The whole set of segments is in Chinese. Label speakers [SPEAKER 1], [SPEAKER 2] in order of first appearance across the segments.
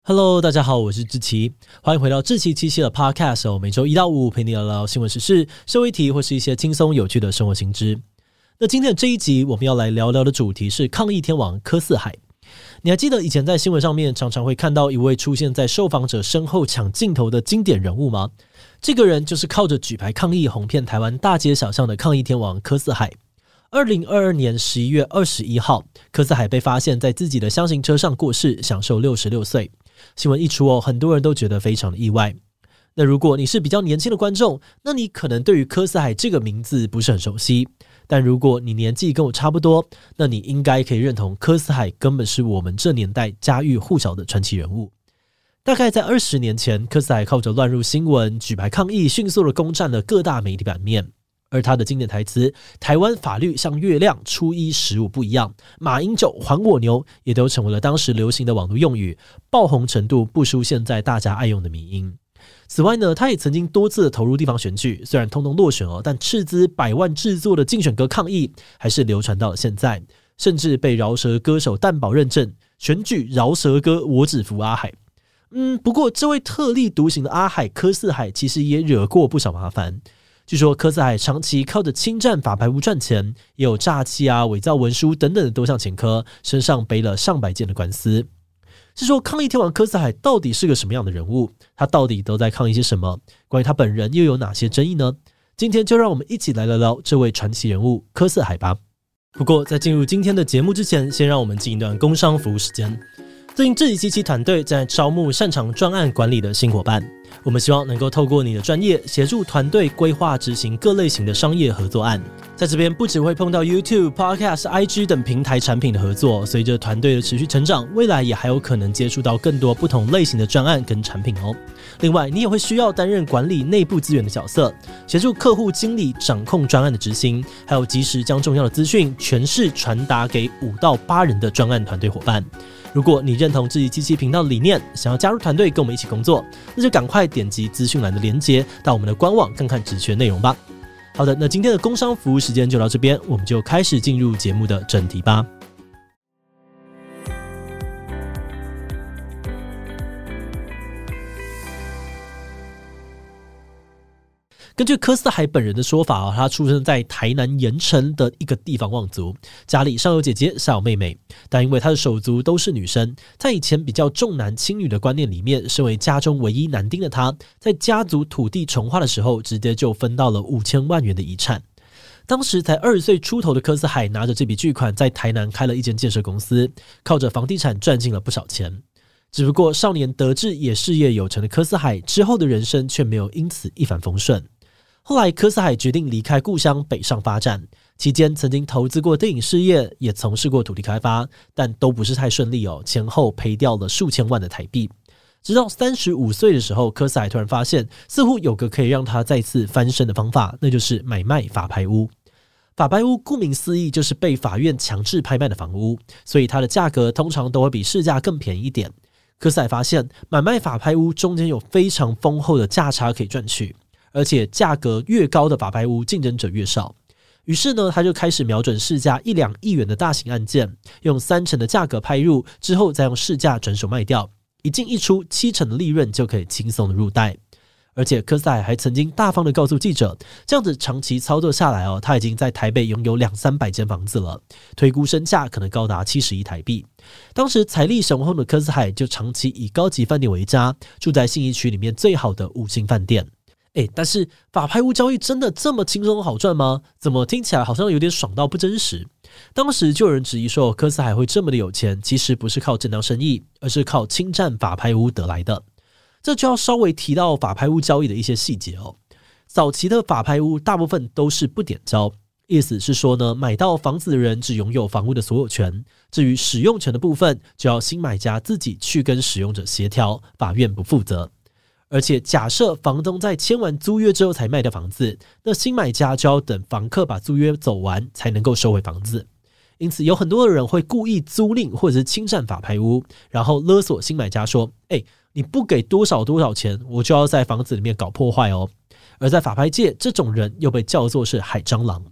[SPEAKER 1] Hello， 大家好，我是志祺，欢迎回到志祺七七的 Podcast 每周1到5陪你聊聊新闻时事、社会题或是一些轻松有趣的生活新知。那今天的这一集我们要来聊聊的主题是抗议天王柯四海。你还记得以前在新闻上面常常会看到一位出现在受访者身后抢镜头的经典人物吗？这个人就是靠着举牌抗议红遍台湾大街小巷的抗议天王柯四海。2022年11月21号，柯四海被发现在自己的箱型车上过世，享受66岁。新闻一出很多人都觉得非常的意外。那如果你是比较年轻的观众，那你可能对于柯四海这个名字不是很熟悉。但如果你年纪跟我差不多，那你应该可以认同柯四海根本是我们这年代家喻户晓的传奇人物。大概在20年前，柯四海靠着乱入新闻、举牌抗议，迅速的攻占了各大媒体版面。而他的经典台词“台湾法律像月亮，初一十五不一样，马英九还我牛”也都成为了当时流行的网络用语，爆红程度不输现在大家爱用的迷因。此外呢，他也曾经多次的投入地方选举，虽然通通落选但斥资100万制作的竞选歌抗议还是流传到了现在，甚至被饶舌歌手蛋堡认证选举饶舌歌我只服阿海。不过这位特立独行的阿海柯四海其实也惹过不少麻烦。据说柯四海长期靠着侵占法拍屋赚钱，也有诈欺伪造文书等等的多项前科，身上背了上百件的官司。是说抗议天王柯四海到底是个什么样的人物？他到底都在抗议些什么？关于他本人又有哪些争议呢？今天就让我们一起来聊聊这位传奇人物柯四海吧。不过在进入今天的节目之前，先让我们进一段工商服务时间。最近志祺七七团队在招募擅长专案管理的新伙伴，我们希望能够透过你的专业，协助团队规划执行各类型的商业合作案。在这边不只会碰到 YouTube、Podcast、IG 等平台产品的合作，随着团队的持续成长，未来也还有可能接触到更多不同类型的专案跟产品哦。另外，你也会需要担任管理内部资源的角色，协助客户经理掌控专案的执行，还有及时将重要的资讯诠释传达给5到8人的专案团队伙伴。如果你认同志祺七七频道的理念，想要加入团队跟我们一起工作，那就赶快点击资讯栏的连结，到我们的官网看看职缺内容吧。好的，那今天的工商服务时间就到这边，我们就开始进入节目的正题吧。根据柯四海本人的说法，他出生在台南盐城的一个地方望族，家里上有姐姐下有妹妹，但因为他的手足都是女生，在以前比较重男轻女的观念里面，身为家中唯一男丁的他，在家族土地重划的时候，直接就分到了5000万元的遗产。当时才20岁出头的柯四海拿着这笔巨款，在台南开了一间建设公司，靠着房地产赚进了不少钱。只不过少年得志也事业有成的柯四海之后的人生却没有因此一帆风顺。后来柯四海决定离开故乡北上发展，期间曾经投资过电影事业，也从事过土地开发，但都不是太顺利前后赔掉了数千万的台币。直到35岁的时候，柯四海突然发现似乎有个可以让他再次翻身的方法，那就是买卖法拍屋。法拍屋顾名思义就是被法院强制拍卖的房屋，所以它的价格通常都会比市价更便宜一点。柯四海发现买卖法拍屋中间有非常丰厚的价差可以赚取，而且价格越高的法拍屋竞争者越少。于是呢，他就开始瞄准市价1-2亿元的大型案件，用30%的价格拍入，之后再用市价转手卖掉，一进一出70%的利润就可以轻松的入袋。而且柯四海还曾经大方的告诉记者，这样子长期操作下来他已经在台北拥有200-300间房子了，推估身价可能高达70亿台币。当时财力雄厚的柯四海就长期以高级饭店为家，住在信义区里面最好的5星饭店。但是法拍屋交易真的这么轻松好赚吗？怎么听起来好像有点爽到不真实？当时就有人质疑说，柯四海会这么的有钱，其实不是靠正当生意，而是靠侵占法拍屋得来的。这就要稍微提到法拍屋交易的一些细节早期的法拍屋大部分都是不点交，意思是说呢，买到房子的人只拥有房屋的所有权，至于使用权的部分，就要新买家自己去跟使用者协调，法院不负责。而且假设房东在签完租约之后才卖掉房子，那新买家就要等房客把租约走完才能够收回房子。因此有很多的人会故意租赁或者是侵占法拍屋，然后勒索新买家说你不给多少多少钱，我就要在房子里面搞破坏而在法拍界，这种人又被叫做是海蟑螂。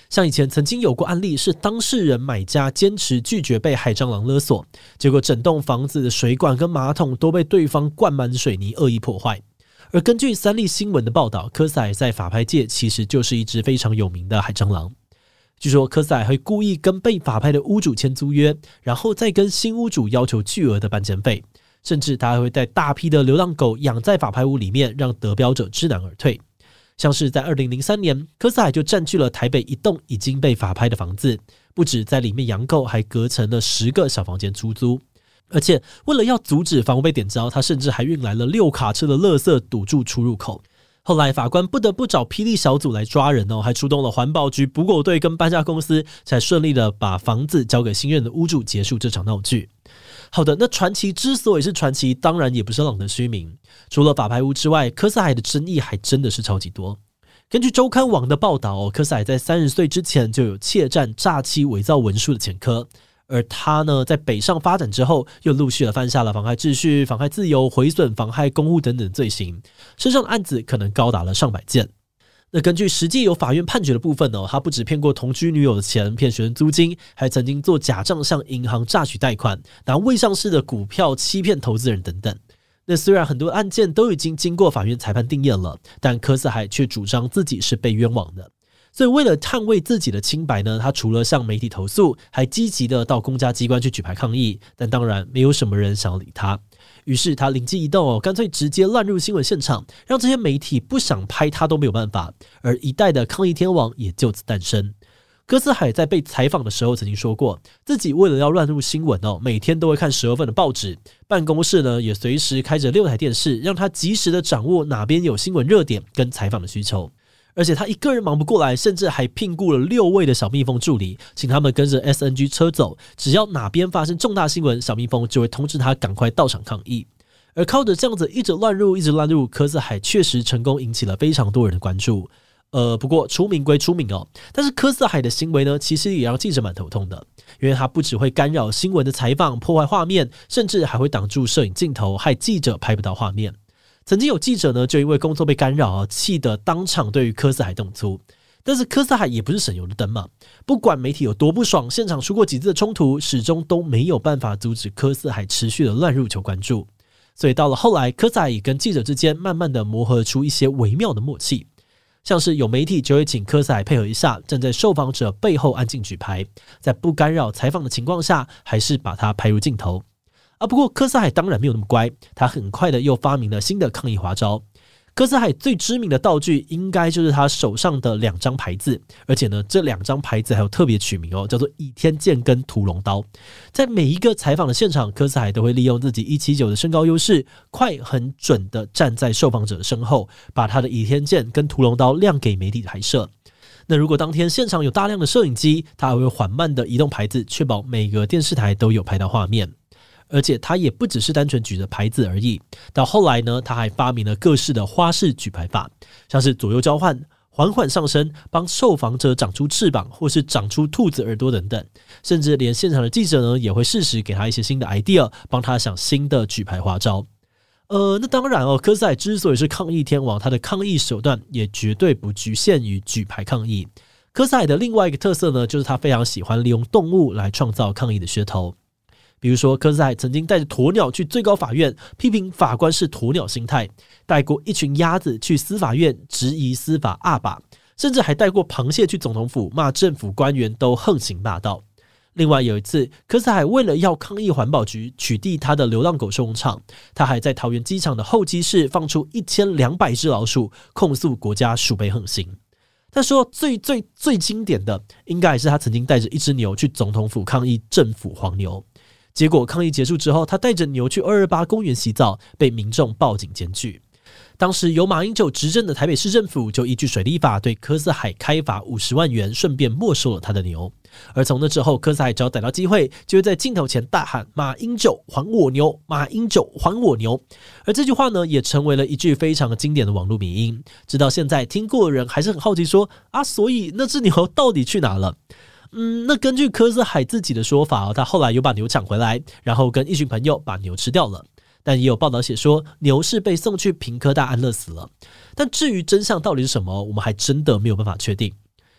[SPEAKER 1] 像以前曾经有过案例，是当事人买家坚持拒绝被海蟑螂勒索，结果整栋房子的水管跟马桶都被对方灌满水泥，恶意破坏。而根据三立新闻的报道，科斯海在法拍界其实就是一只非常有名的海蟑螂。据说科斯海会故意跟被法拍的屋主签租约，然后再跟新屋主要求巨额的搬迁费，甚至他还会带大批的流浪狗养在法拍屋里面，让得标者知难而退。像是在2003年，科斯海就占据了台北一栋已经被法拍的房子，不止在里面养狗，还隔成了10个小房间出租。而且为了要阻止房屋被点着，他甚至还运来了6卡车的垃圾堵住出入口。后来法官不得不找霹雳小组来抓人还出动了环保局、捕狗队跟搬家公司，才顺利的把房子交给新任的屋主，结束这场闹剧。好的，那传奇之所以是传奇，当然也不是浪得虚名。除了法拍屋之外，科斯海的争议还真的是超级多。根据周刊网的报道，科斯海在30岁之前就有窃占、诈欺、伪造文书的前科。而他呢，在北上发展之后，又陆续的犯下了妨害秩序、妨害自由、毁损、妨害公务等等罪行，身上的案子可能高达了上百件。那根据实际有法院判决的部分他不只骗过同居女友的钱，骗学生租金，还曾经做假账向银行诈取贷款，拿未上市的股票欺骗投资人等等。那虽然很多案件都已经经过法院裁判定谳了，但科斯海却主张自己是被冤枉的。所以为了捍卫自己的清白呢，他除了向媒体投诉，还积极的到公家机关去举牌抗议，但当然没有什么人想要理他。于是他灵机一动干脆直接乱入新闻现场，让这些媒体不想拍他都没有办法，而一代的抗议天王也就此诞生。科斯海在被采访的时候曾经说过，自己为了要乱入新闻每天都会看12份的报纸，办公室呢也随时开着6台电视，让他及时的掌握哪边有新闻热点跟采访的需求。而且他一个人忙不过来，甚至还聘雇了6位的小蜜蜂助理，请他们跟着 SNG 车走，只要哪边发生重大新闻，小蜜蜂就会通知他赶快到场抗议。而靠着这样子一直乱入，科斯海确实成功引起了非常多人的关注。不过出名归出名但是科斯海的行为呢，其实也让记者蛮头痛的，因为他不只会干扰新闻的采访，破坏画面，甚至还会挡住摄影镜头，害记者拍不到画面。曾经有记者呢，就因为工作被干扰气得当场对于科斯海动粗。但是科斯海也不是省油的灯嘛，不管媒体有多不爽，现场出过几次的冲突，始终都没有办法阻止科斯海持续的乱入求关注。所以到了后来，科斯海也跟记者之间慢慢的磨合出一些微妙的默契。像是有媒体就会请科斯海配合一下，站在受访者背后安静举牌，在不干扰采访的情况下，还是把他拍入镜头。不过科斯海当然没有那么乖，他很快的又发明了新的抗议花招。科斯海最知名的道具应该就是他手上的2张牌子，而且呢，这2张牌子还有特别取名叫做倚天剑跟屠龙刀。在每一个采访的现场，科斯海都会利用自己179的身高优势，快很准的站在受访者的身后，把他的倚天剑跟屠龙刀亮给媒体拍摄。那如果当天现场有大量的摄影机，他还会缓慢的移动牌子，确保每个电视台都有拍到画面。而且他也不只是单纯举着牌子而已，到后来呢，他还发明了各式的花式举牌法，像是左右交换、缓缓上升、帮受访者长出翅膀，或是长出兔子耳朵等等，甚至连现场的记者呢，也会适时给他一些新的 idea， 帮他想新的举牌花招。那当然科斯海之所以是抗议天王，他的抗议手段也绝对不局限于举牌抗议。科斯海的另外一个特色呢，就是他非常喜欢利用动物来创造抗议的噱头。比如说，科斯海曾经带着鸵鸟去最高法院，批评法官是鸵鸟心态；带过一群鸭子去司法院，质疑司法阿爸；甚至还带过螃蟹去总统府，骂政府官员都横行霸道。另外有一次，科斯海为了要抗议环保局取缔他的流浪狗收容场，他还在桃园机场的候机室放出1200只老鼠，控诉国家鼠辈横行。他说最经典的，应该还是他曾经带着一只牛去总统府抗议政府黄牛。结果抗议结束之后，他带着牛去228公园洗澡，被民众报警检举。当时由马英九执政的台北市政府就依据水利法对科斯海开罚50万元，顺便没收了他的牛。而从那之后，科斯海只要逮到机会，就会在镜头前大喊马英九还我牛，马英九还我牛。而这句话呢，也成为了一句非常经典的网络迷因，直到现在听过的人还是很好奇说所以那只牛到底去哪了？那根据科斯海自己的说法他后来又把牛抢回来，然后跟一群朋友把牛吃掉了。但也有报道写说，牛是被送去屏科大安乐死了。但至于真相到底是什么，我们还真的没有办法确定。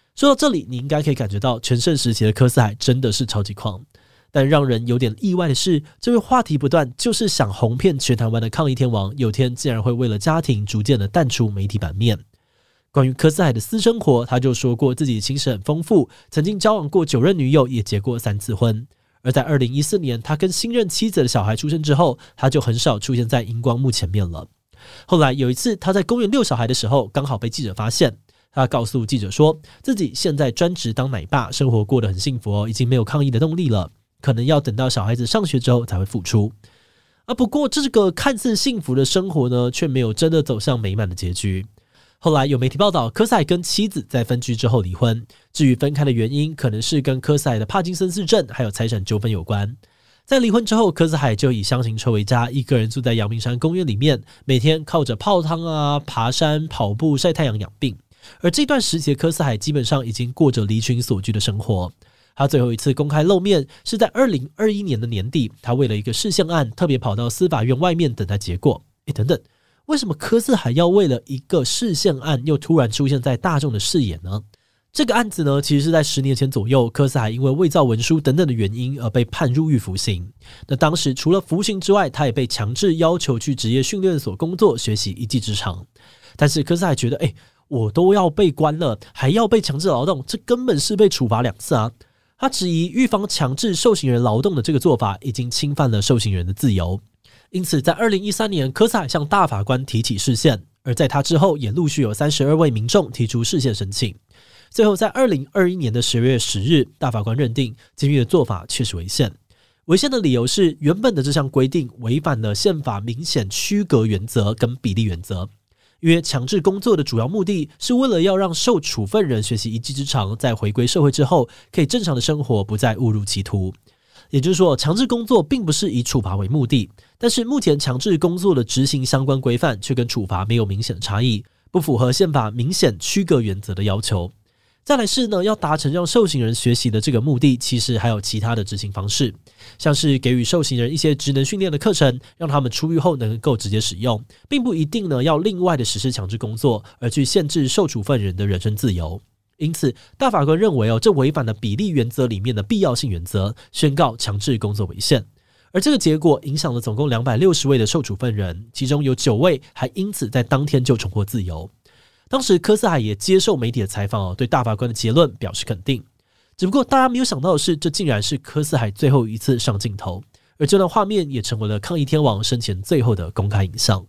[SPEAKER 1] 说到这里，你应该可以感觉到全盛时期的柯四海真的是超级狂。但让人有点意外的是，这位话题不断就是想红遍全台湾的抗议天王，有天竟然会为了家庭逐渐的淡出媒体版面。关于柯四海的私生活，他就说过自己情史很丰富，曾经交往过9任女友，也结过3次婚。而在2014年，他跟新任妻子的小孩出生之后，他就很少出现在荧光幕前面了。后来有一次，他在公园遛小孩的时候，刚好被记者发现。他告诉记者说，自己现在专职当奶爸，生活过得很幸福已经没有抗议的动力了。可能要等到小孩子上学之后才会复出。不过这个看似幸福的生活呢，却没有真的走向美满的结局。后来有媒体报道，柯四海跟妻子在分居之后离婚，至于分开的原因，可能是跟柯四海的帕金森氏症还有财产纠纷有关。在离婚之后，柯四海就以箱型车为家，一个人住在阳明山公园里面，每天靠着泡汤爬山、跑步、晒太阳养病。而这段时期的柯四海基本上已经过着离群索居的生活。他最后一次公开露面是在2021年的年底，他为了一个释宪案特别跑到司法院外面等待结果。等等，为什么柯四海要为了一个释宪案又突然出现在大众的视野呢？这个案子呢，其实是在10年前左右，柯四海因为伪造文书等等的原因而被判入狱服刑。那当时除了服刑之外，他也被强制要求去职业训练所工作，学习一技之长。但是柯四海觉得，我都要被关了，还要被强制劳动，这根本是被处罚2次啊！他质疑狱方强制受刑人劳动的这个做法已经侵犯了受刑人的自由，因此在2013年，柯四海向大法官提起释宪，而在他之后也陆续有32位民众提出释宪申请。最后在2021年的10月10日，大法官认定监狱的做法确实违宪。违宪的理由是原本的这项规定违反了宪法明显区隔原则跟比例原则。因为强制工作的主要目的是为了要让受处分人学习一技之长，在回归社会之后可以正常的生活，不再误入歧途。也就是说，强制工作并不是以处罚为目的，但是目前强制工作的执行相关规范却跟处罚没有明显的差异，不符合宪法明显区隔原则的要求。再来是呢，要达成让受刑人学习的这个目的，其实还有其他的执行方式，像是给予受刑人一些职能训练的课程，让他们出狱后能够直接使用，并不一定呢要另外的实施强制工作，而去限制受处分人的人身自由。因此，大法官认为这违反了比例原则里面的必要性原则，宣告强制工作违宪。而这个结果影响了总共260位的受处分人，其中有9位还因此在当天就重获自由。当时柯四海也接受媒体的采访，对大法官的结论表示肯定。只不过大家没有想到的是，这竟然是柯四海最后一次上镜头，而这段画面也成为了抗议天王生前最后的公开影像。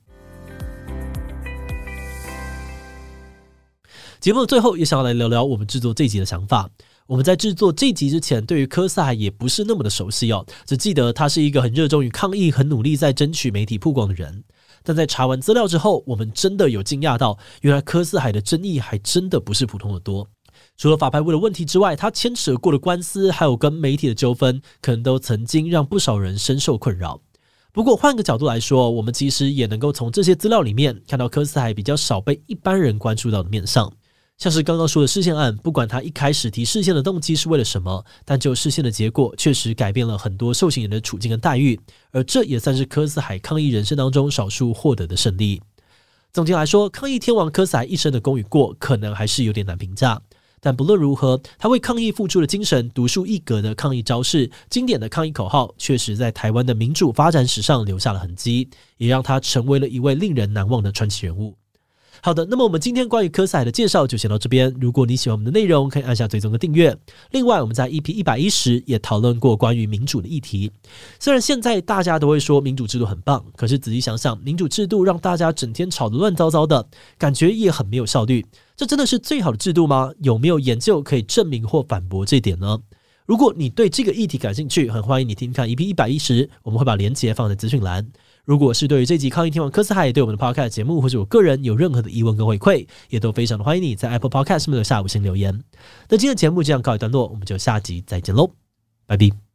[SPEAKER 1] 节目的最后也想要来聊聊我们制作这集的想法。我们在制作这集之前，对于柯四海也不是那么的熟悉只记得他是一个很热衷于抗议、很努力在争取媒体曝光的人。但在查完资料之后，我们真的有惊讶到，原来柯四海的争议还真的不是普通的多。除了法拍屋的问题之外，他牵扯过的官司还有跟媒体的纠纷，可能都曾经让不少人深受困扰。不过换个角度来说，我们其实也能够从这些资料里面看到柯四海比较少被一般人关注到的面向。像是刚刚说的释宪案，不管他一开始提释宪的动机是为了什么，但就释宪的结果确实改变了很多受刑人的处境跟待遇，而这也算是柯四海抗议人生当中少数获得的胜利。总结来说，抗议天王柯四海一生的功与过，可能还是有点难评价。但不论如何，他为抗议付出的精神、独树一格的抗议招式、经典的抗议口号，确实在台湾的民主发展史上留下了痕迹，也让他成为了一位令人难忘的传奇人物。好的，那么我们今天关于柯四海的介绍就先到这边。如果你喜欢我们的内容，可以按下追踪跟订阅。另外，我们在 EP110也讨论过关于民主的议题。虽然现在大家都会说民主制度很棒，可是仔细想想，民主制度让大家整天吵得乱糟糟的，感觉也很没有效率。这真的是最好的制度吗？有没有研究可以证明或反驳这点呢？如果你对这个议题感兴趣，很欢迎你听听看 EP110，我们会把连结放在资讯栏。如果是对于这集抗议天王柯四海对我们的 Podcast 节目或者我个人有任何的疑问跟回馈，也都非常的欢迎你在 Apple Podcast 上面留下5星留言。那今天的节目这样告一段落，我们就下集再见喽，拜拜。